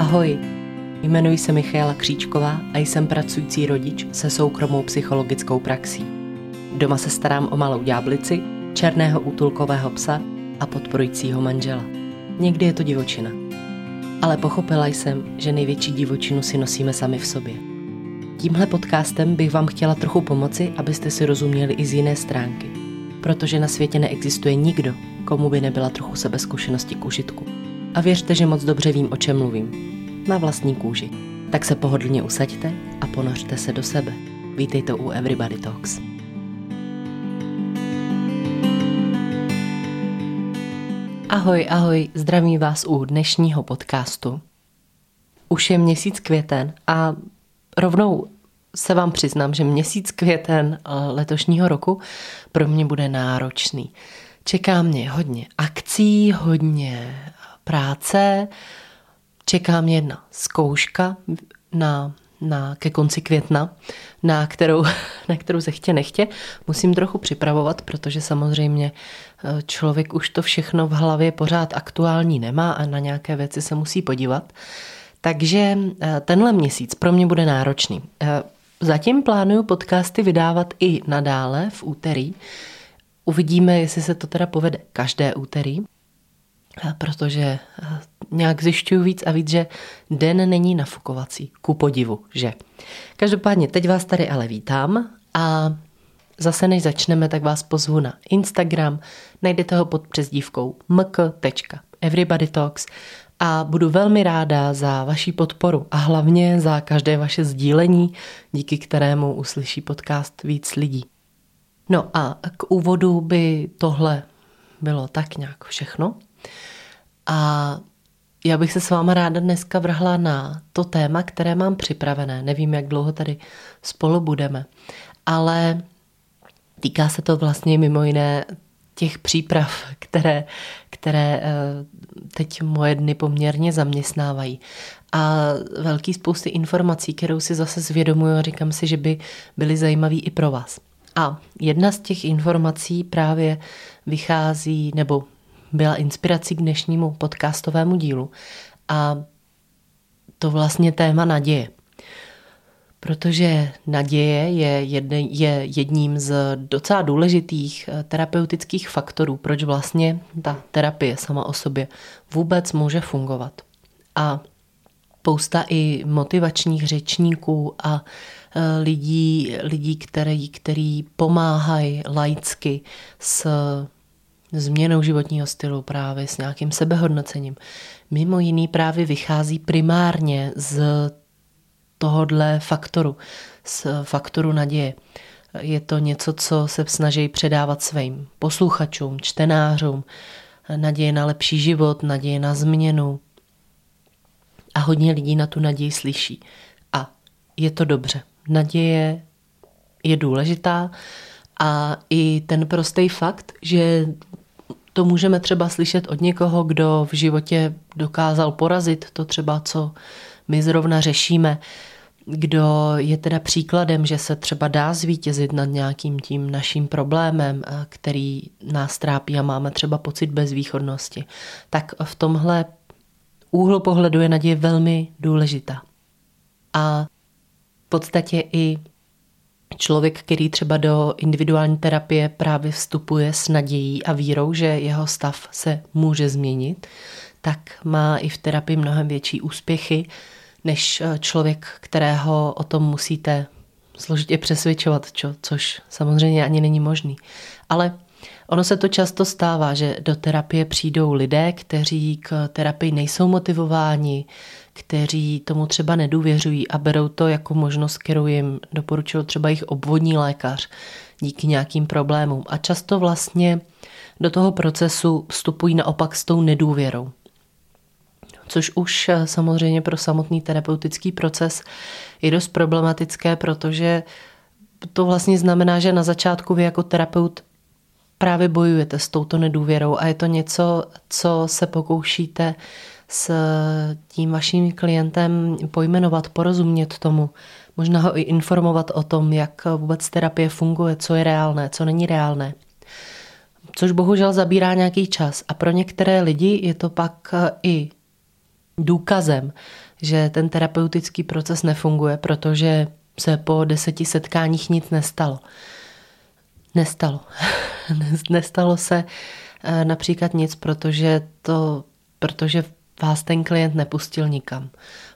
Ahoj, jmenuji se Michaela Kříčková a jsem pracující rodič se soukromou psychologickou praxí. Doma se starám o malou ďáblici, černého útulkového psa a podporujícího manžela. Někdy je to divočina. Ale pochopila jsem, že největší divočinu si nosíme sami v sobě. Tímhle podcastem bych vám chtěla trochu pomoci, abyste si rozuměli i z jiné stránky. Protože na světě neexistuje nikdo, komu by nebyla trochu sebezkušenosti k užitku. A věřte, že moc dobře vím, o čem mluvím. Na vlastní kůži. Tak se pohodlně usaďte a ponořte se do sebe. Vítejte u Everybody Talks. Ahoj, zdravím vás u dnešního podcastu. Už je měsíc květen a rovnou se vám přiznám, že měsíc květen letošního roku pro mě bude náročný. Čeká mě hodně akcí, hodně práce, čeká mě jedna zkouška ke konci května, na kterou se chtě nechtě musím trochu připravovat, protože samozřejmě člověk už to všechno v hlavě pořád aktuální nemá a na nějaké věci se musí podívat. Takže tenhle měsíc pro mě bude náročný. Zatím plánuju podcasty vydávat i nadále v úterý. Uvidíme, jestli se to teda povede každé úterý, protože nějak zjišťuju víc a víc, že den není nafukovací, ku podivu, že. Každopádně teď vás tady ale vítám a zase než začneme, tak vás pozvu na Instagram, najdete ho pod přezdívkou mk.everybodytalks a budu velmi ráda za vaši podporu a hlavně za každé vaše sdílení, díky kterému uslyší podcast víc lidí. No a k úvodu by tohle bylo tak nějak všechno. A já bych se s váma ráda dneska vrhla na to téma, které mám připravené. Nevím, jak dlouho tady spolu budeme, ale týká se to vlastně mimo jiné těch příprav, které teď moje dny poměrně zaměstnávají. A velký spousty informací, kterou si zase zvědomuju a říkám si, že by byly zajímavé i pro vás. A jedna z těch informací právě vychází, nebo byla inspirací k dnešnímu podcastovému dílu. A to vlastně téma naděje. Protože naděje je jedním z docela důležitých terapeutických faktorů, proč vlastně ta terapie sama o sobě vůbec může fungovat. A spousta i motivačních řečníků a lidí, který pomáhají laicky s změnou životního stylu, právě s nějakým sebehodnocením. Mimo jiný právě vychází primárně z tohodle faktoru, z faktoru naděje. Je to něco, co se snaží předávat svým posluchačům, čtenářům, naděje na lepší život, naděje na změnu. A hodně lidí na tu naději slyší. A je to dobře. Naděje je důležitá a i ten prostý fakt, že to můžeme třeba slyšet od někoho, kdo v životě dokázal porazit to třeba, co my zrovna řešíme, kdo je teda příkladem, že se třeba dá zvítězit nad nějakým tím naším problémem, který nás trápí a máme třeba pocit bezvýchodnosti. Tak v tomhle úhlu pohledu je naděje velmi důležitá. A v podstatě i člověk, který třeba do individuální terapie právě vstupuje s nadějí a vírou, že jeho stav se může změnit, tak má i v terapii mnohem větší úspěchy, než člověk, kterého o tom musíte složitě přesvědčovat, což samozřejmě ani není možný. Ale ono se to často stává, že do terapie přijdou lidé, kteří k terapii nejsou motivováni, kteří tomu třeba nedůvěřují a berou to jako možnost, kterou jim doporučil třeba jejich obvodní lékař díky nějakým problémům. A často vlastně do toho procesu vstupují naopak s tou nedůvěrou. Což už samozřejmě pro samotný terapeutický proces je dost problematické, protože to vlastně znamená, že na začátku vy jako terapeut právě bojujete s touto nedůvěrou a je to něco, co se pokoušíte s tím vaším klientem pojmenovat, porozumět tomu, možná ho i informovat o tom, jak vůbec terapie funguje, co je reálné, co není reálné. Což bohužel zabírá nějaký čas a pro některé lidi je to pak i důkazem, že ten terapeutický proces nefunguje, protože se po 10 setkáních nic nestalo. Nestalo se například nic, protože vás ten klient nepustil nikam.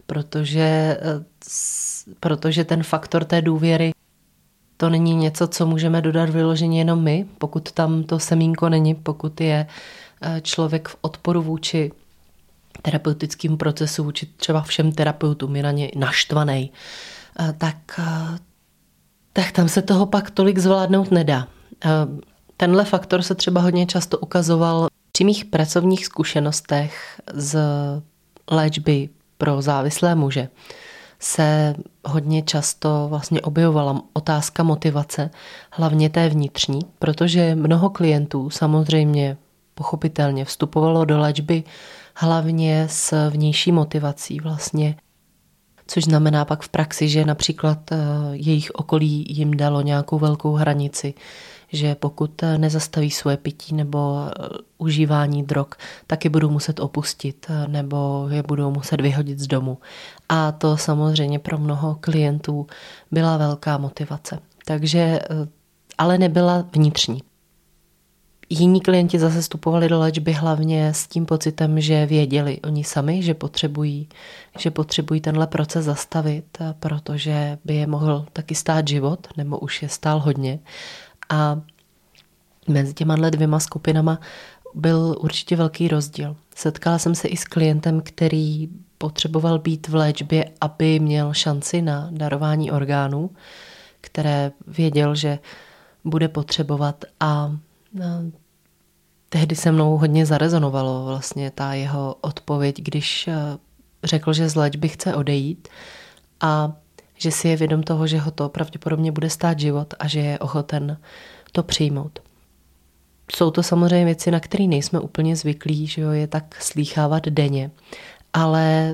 Protože ten faktor té důvěry, to není něco, co můžeme dodat vyloženě jenom my, pokud tam to semínko není, pokud je člověk v odporu vůči terapeutickému procesu, vůči třeba všem terapeutům, je na ně naštvaný, tak tam se toho pak tolik zvládnout nedá. Tenhle faktor se třeba hodně často ukazoval při mých pracovních zkušenostech z léčby pro závislé muže. Se hodně často vlastně objevovala otázka motivace, hlavně té vnitřní, protože mnoho klientů samozřejmě pochopitelně vstupovalo do léčby hlavně s vnější motivací vlastně, což znamená pak v praxi, že například jejich okolí jim dalo nějakou velkou hranici, že pokud nezastaví svoje pití nebo užívání drog, tak je budou muset opustit nebo je budou muset vyhodit z domu. A to samozřejmě pro mnoho klientů byla velká motivace. Takže, ale nebyla vnitřní. Jiní klienti zase vstupovali do léčby hlavně s tím pocitem, že věděli oni sami, že potřebují tenhle proces zastavit, protože by je mohl taky stát život, nebo už je stál hodně. A mezi těma dvěma skupinama byl určitě velký rozdíl. Setkala jsem se i s klientem, který potřeboval být v léčbě, aby měl šanci na darování orgánů, které věděl, že bude potřebovat, a tehdy se mnou hodně zarezonovalo vlastně ta jeho odpověď, když řekl, že z léčby chce odejít a že si je vědom toho, že ho to pravděpodobně bude stát život a že je ochoten to přijmout. Jsou to samozřejmě věci, na které nejsme úplně zvyklí, že jo, je tak slýchávat denně, ale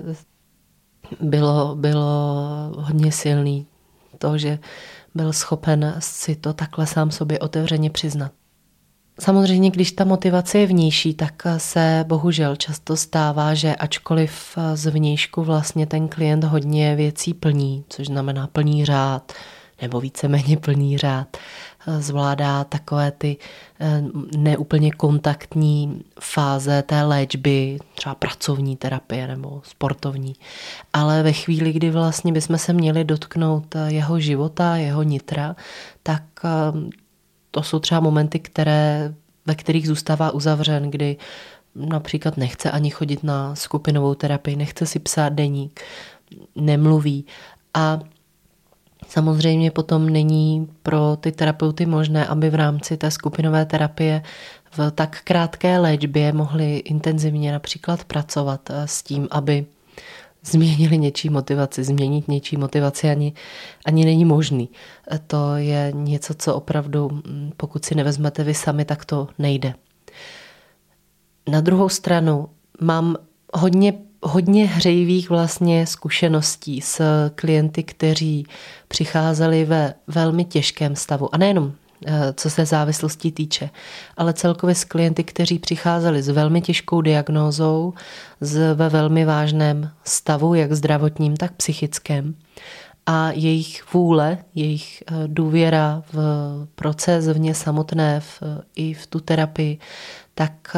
bylo hodně silný to, že byl schopen si to takhle sám sobě otevřeně přiznat. Samozřejmě, když ta motivace je vnější, tak se bohužel často stává, že ačkoliv zvnějšku vlastně ten klient hodně věcí plní, což znamená plný řád, nebo víceméně plný řád, zvládá takové ty neúplně kontaktní fáze té léčby, třeba pracovní terapie nebo sportovní. Ale ve chvíli, kdy vlastně bychom se měli dotknout jeho života, jeho nitra, tak to jsou třeba momenty, ve kterých zůstává uzavřen, kdy například nechce ani chodit na skupinovou terapii, nechce si psát deník, nemluví. A samozřejmě potom není pro ty terapeuty možné, aby v rámci té skupinové terapie v tak krátké léčbě mohli intenzivně například pracovat s tím, aby změnili něčí motivaci. Změnit něčí motivaci ani není možný. To je něco, co opravdu, pokud si nevezmete vy sami, tak to nejde. Na druhou stranu mám hodně hřejivých vlastně zkušeností s klienty, kteří přicházeli ve velmi těžkém stavu. A nejenom co se závislostí týče, ale celkově s klienty, kteří přicházeli s velmi těžkou diagnózou, ve velmi vážném stavu, jak zdravotním, tak psychickém. A jejich vůle, jejich důvěra v proces v ně samotné, i v tu terapii, tak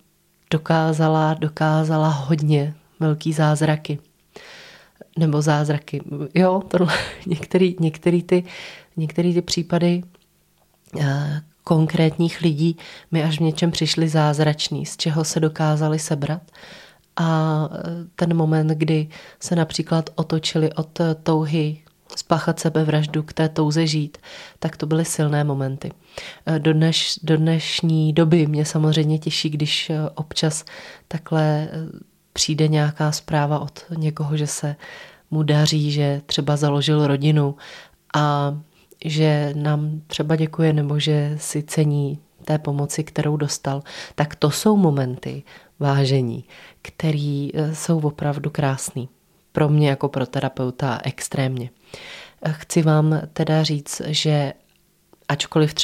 dokázala hodně velký zázraky. Nebo zázraky. Jo, některé ty případy konkrétních lidí mi až v něčem přišli zázračný, z čeho se dokázali sebrat. A ten moment, kdy se například otočili od touhy spáchat sebevraždu k té touze žít, tak to byly silné momenty. Do dnešní doby mě samozřejmě těší, když občas takhle přijde nějaká zpráva od někoho, že se mu daří, že třeba založil rodinu a že nám třeba děkuje nebo že si cení té pomoci, kterou dostal. Tak to jsou momenty vážení, které jsou opravdu krásný. Pro mě jako pro terapeuta extrémně. Chci vám teda říct, že ačkoliv třeba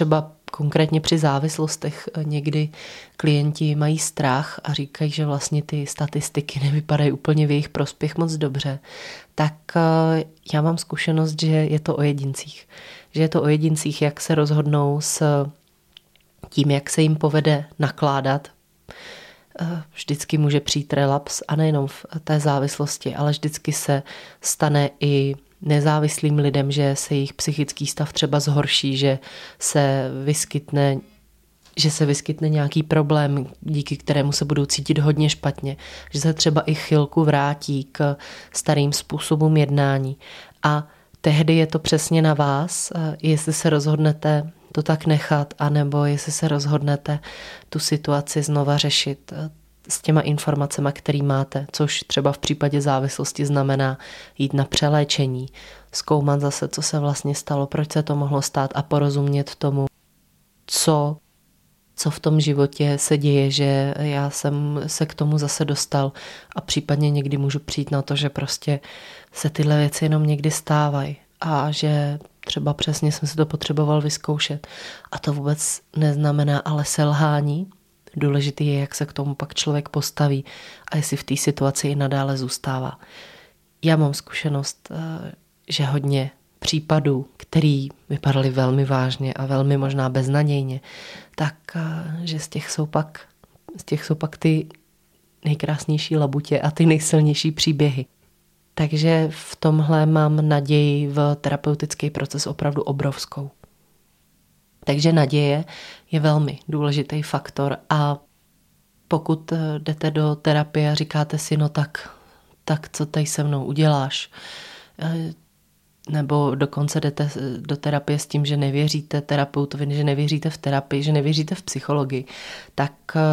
konkrétně při závislostech někdy klienti mají strach a říkají, že vlastně ty statistiky nevypadají úplně v jejich prospěch moc dobře, tak já mám zkušenost, že je to o jedincích. Že je to o jedincích, jak se rozhodnou s tím, jak se jim povede nakládat. Vždycky může přijít relaps a nejenom v té závislosti, ale vždycky se stane i nezávislým lidem, že se jejich psychický stav třeba zhorší, že se vyskytne nějaký problém, díky kterému se budou cítit hodně špatně, že se třeba i chvilku vrátí k starým způsobům jednání. A tehdy je to přesně na vás, jestli se rozhodnete to tak nechat, anebo jestli se rozhodnete tu situaci znova řešit s těma informacemi, který máte, což třeba v případě závislosti znamená jít na přeléčení, zkoumat zase, co se vlastně stalo, proč se to mohlo stát a porozumět tomu, co v tom životě se děje, že já jsem se k tomu zase dostal a případně někdy můžu přijít na to, že prostě se tyhle věci jenom někdy stávají a že třeba přesně jsem si to potřeboval vyzkoušet. A to vůbec neznamená ale selhání. Důležitý je, jak se k tomu pak člověk postaví a jestli v té situaci i nadále zůstává. Já mám zkušenost, že hodně případů, který vypadaly velmi vážně a velmi možná beznadějně, tak že z těch jsou pak ty nejkrásnější labutě a ty nejsilnější příběhy. Takže v tomhle mám naději v terapeutický proces opravdu obrovskou. Takže naděje je velmi důležitý faktor a pokud jdete do terapie a říkáte si, no tak co tady se mnou uděláš, nebo dokonce jdete do terapie s tím, že nevěříte terapeutovi, že nevěříte v terapii, že nevěříte v psychologii, tak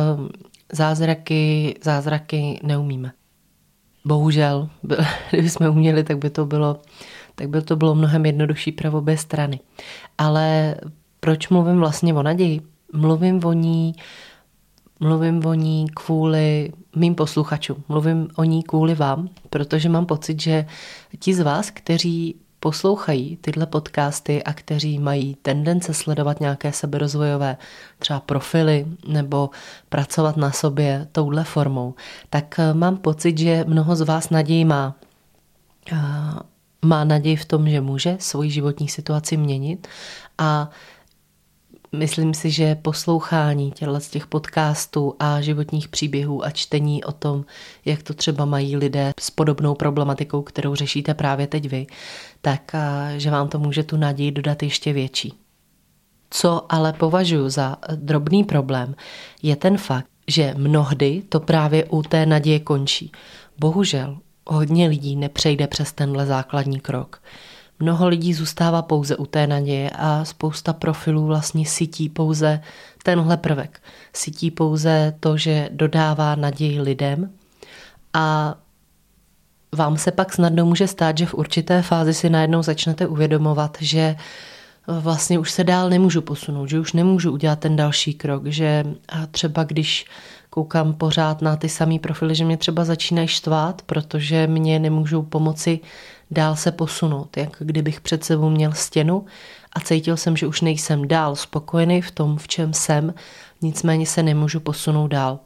zázraky neumíme. Bohužel, kdybychom uměli, tak by to bylo mnohem jednodušší pro obě strany. Ale proč mluvím vlastně o naději? Mluvím o ní kvůli mým posluchačům. Mluvím o ní kvůli vám, protože mám pocit, že ti z vás, kteří poslouchají tyhle podcasty a kteří mají tendence sledovat nějaké seberozvojové třeba profily nebo pracovat na sobě touhle formou, tak mám pocit, že mnoho z vás naději má. Má naději v tom, že může svoji životní situaci měnit a myslím si, že poslouchání těch podcastů a životních příběhů a čtení o tom, jak to třeba mají lidé s podobnou problematikou, kterou řešíte právě teď vy, tak že vám to může tu naději dodat ještě větší. Co ale považuji za drobný problém, je ten fakt, že mnohdy to právě u té naděje končí. Bohužel hodně lidí nepřejde přes tenhle základní krok. Mnoho lidí zůstává pouze u té naděje a spousta profilů vlastně sytí pouze tenhle prvek. Sytí pouze to, že dodává naději lidem a vám se pak snadno může stát, že v určité fázi si najednou začnete uvědomovat, že vlastně už se dál nemůžu posunout, že už nemůžu udělat ten další krok, že třeba když koukám pořád na ty samý profily, že mě třeba začínají štvát, protože mě nemůžou pomoci dál se posunout, jak kdybych před sebou měl stěnu a cítil jsem, že už nejsem dál spokojený v tom, v čem jsem, nicméně se nemůžu posunout dál.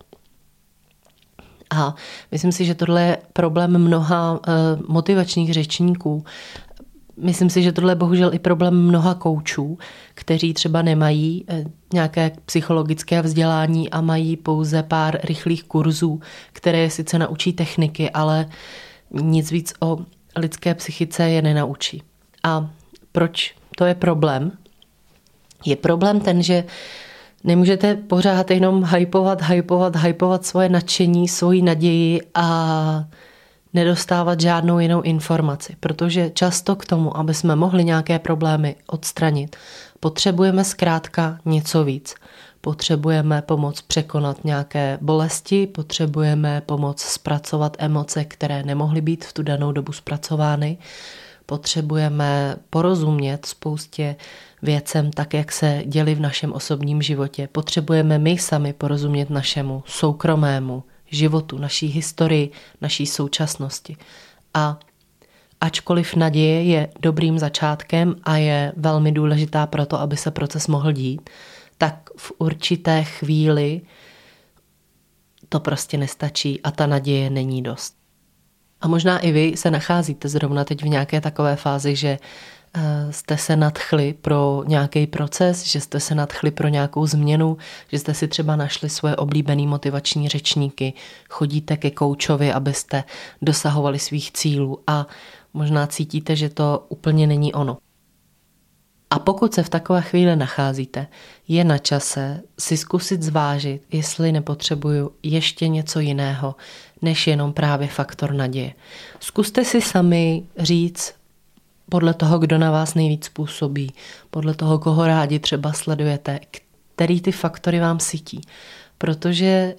A myslím si, že tohle je problém mnoha motivačních řečníků. Myslím si, že tohle je bohužel i problém mnoha koučů, kteří třeba nemají nějaké psychologické vzdělání a mají pouze pár rychlých kurzů, které sice naučí techniky, ale nic víc o lidské psychice je nenaučí. A proč to je problém? Je problém ten, že nemůžete pořád jenom hypovat svoje nadšení, svoji naději a nedostávat žádnou jinou informaci, protože často k tomu, aby jsme mohli nějaké problémy odstranit, potřebujeme zkrátka něco víc. Potřebujeme pomoct překonat nějaké bolesti, potřebujeme pomoct zpracovat emoce, které nemohly být v tu danou dobu zpracovány, potřebujeme porozumět spoustě věcem tak, jak se děly v našem osobním životě. Potřebujeme my sami porozumět našemu soukromému životu, naší historii, naší současnosti. A ačkoliv naděje je dobrým začátkem a je velmi důležitá pro to, aby se proces mohl dít, tak v určité chvíli to prostě nestačí a ta naděje není dost. A možná i vy se nacházíte zrovna teď v nějaké takové fázi, že jste se nadchli pro nějaký proces, že jste se nadchli pro nějakou změnu, že jste si třeba našli svoje oblíbený motivační řečníky, chodíte ke koučovi, abyste dosahovali svých cílů a možná cítíte, že to úplně není ono. A pokud se v takové chvíli nacházíte, je na čase si zkusit zvážit, jestli nepotřebuju ještě něco jiného, než jenom právě faktor naděje. Zkuste si sami říct podle toho, kdo na vás nejvíc působí, podle toho, koho rádi třeba sledujete, který ty faktory vám sytí. Protože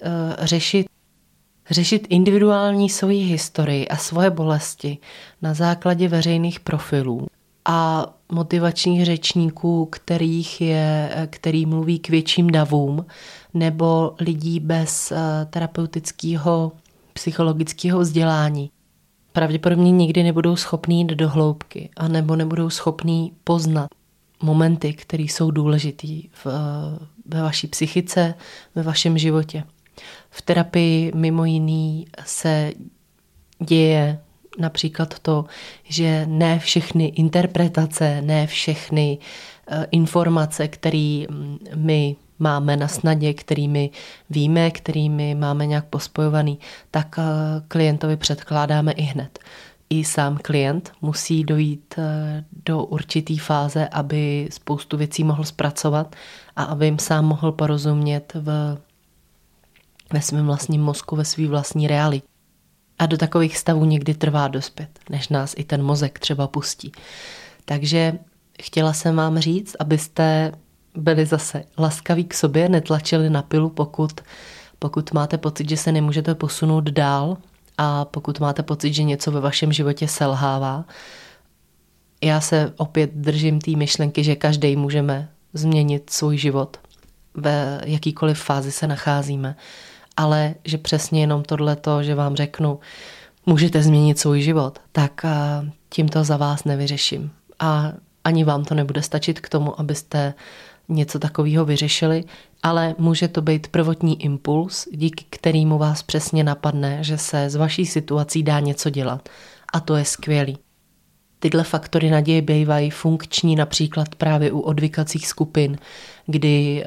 řešit individuální svoji historii a svoje bolesti na základě veřejných profilů a motivačních řečníků, který mluví k větším davům, nebo lidí bez terapeutického psychologického vzdělání, pravděpodobně nikdy nebudou schopní jít do hloubky, anebo nebudou schopní poznat momenty, které jsou důležitý ve vaší psychice, ve vašem životě. V terapii mimo jiný se děje například to, že ne všechny interpretace, ne všechny informace, které my máme na snadě, kterými víme, kterými máme nějak pospojovaný, tak klientovi předkládáme i hned. I sám klient musí dojít do určitý fáze, aby spoustu věcí mohl zpracovat a aby jim sám mohl porozumět ve svém vlastním mozku, ve své vlastní realitě. A do takových stavů někdy trvá dospět, než nás i ten mozek třeba pustí. Takže chtěla jsem vám říct, abyste byli zase laskaví k sobě, netlačili na pilu, pokud máte pocit, že se nemůžete posunout dál a pokud máte pocit, že něco ve vašem životě selhává. Já se opět držím té myšlenky, že každý můžeme změnit svůj život, ve jakýkoliv fázi se nacházíme, ale že přesně jenom tohleto, že vám řeknu, můžete změnit svůj život, tak tím to za vás nevyřeším. A ani vám to nebude stačit k tomu, abyste něco takového vyřešili, ale může to být prvotní impuls, díky kterému vás přesně napadne, že se z vaší situací dá něco dělat. A to je skvělý. Tyhle faktory naděje bývají funkční například právě u odvykacích skupin, kdy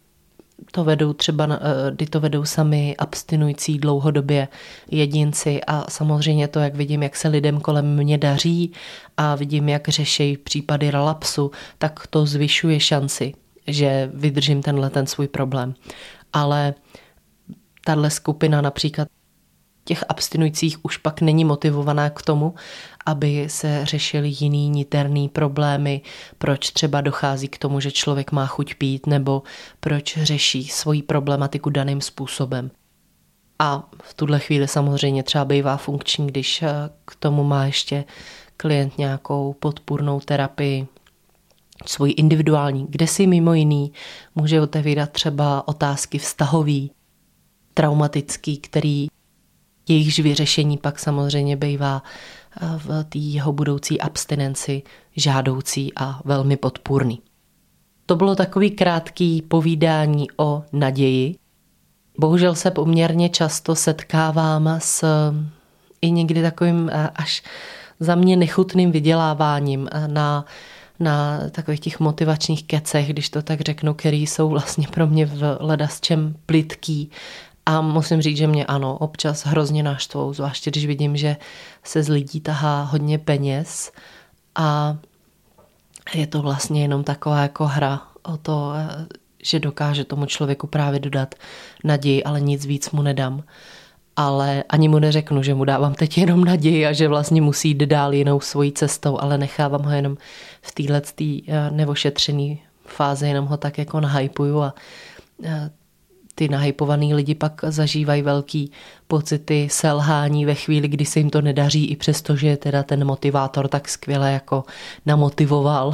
to vedou sami abstinující dlouhodobě jedinci a samozřejmě to, jak vidím, jak se lidem kolem mě daří a vidím, jak řeší případy relapsu, tak to zvyšuje šanci, že vydržím ten svůj problém. Ale tahle skupina například těch abstinujících už pak není motivovaná k tomu, aby se řešily jiný niterný problémy, proč třeba dochází k tomu, že člověk má chuť pít, nebo proč řeší svoji problematiku daným způsobem. A v tuhle chvíli samozřejmě třeba bývá funkční, když k tomu má ještě klient nějakou podpůrnou terapii, svůj individuální, kde si mimo jiný může otevírat třeba otázky vztahový, traumatický, který jejichž vyřešení pak samozřejmě bývá v té jeho budoucí abstinenci žádoucí a velmi podpůrný. To bylo takový krátký povídání o naději. Bohužel se poměrně často setkávám s i někdy takovým až za mě nechutným vyděláváním na takových těch motivačních kecech, když to tak řeknu, který jsou vlastně pro mě v ledasčem plytký. A musím říct, že mě ano, občas hrozně naštvou, zvláště když vidím, že se z lidí tahá hodně peněz a je to vlastně jenom taková jako hra o to, že dokáže tomu člověku právě dodat naději, ale nic víc mu nedám. Ale ani mu neřeknu, že mu dávám teď jenom naději a že vlastně musí jít dál jinou svojí cestou, ale nechávám ho jenom v této neošetřené fázi, jenom ho tak jako nahypuju a ty nahypovaný lidi pak zažívají velký pocity selhání ve chvíli, kdy se jim to nedaří, i přesto, že teda ten motivátor tak skvěle jako namotivoval.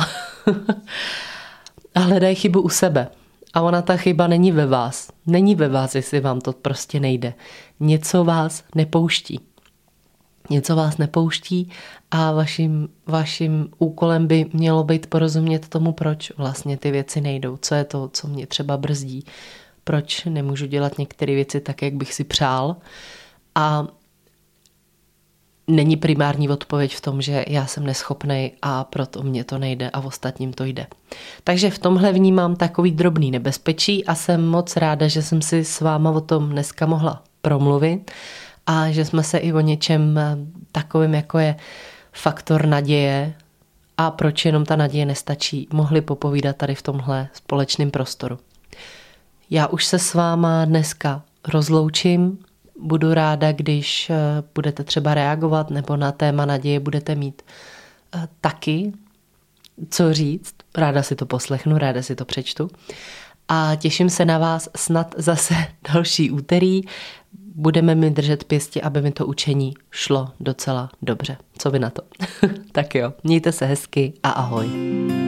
A hledají chybu u sebe. A ona ta chyba není ve vás. Není ve vás, jestli vám to prostě nejde. Něco vás nepouští. něco vás nepouští a vaším úkolem by mělo být porozumět tomu, proč vlastně ty věci nejdou, co je to, co mě třeba brzdí, proč nemůžu dělat některé věci tak, jak bych si přál. A není primární odpověď v tom, že já jsem neschopnej a proto mě to nejde a ostatním to jde. Takže v tomhle vnímám takový drobný nebezpečí a jsem moc ráda, že jsem si s váma o tom dneska mohla promluvit a že jsme se i o něčem takovým, jako je faktor naděje a proč jenom ta naděje nestačí, mohli popovídat tady v tomhle společném prostoru. Já už se s váma dneska rozloučím. Budu ráda, když budete třeba reagovat nebo na téma naděje budete mít taky co říct. Ráda si to poslechnu, ráda si to přečtu. A těším se na vás snad zase další úterý. Budeme mi držet pěsti, aby mi to učení šlo docela dobře. Co vy na to? Tak jo, mějte se hezky a ahoj.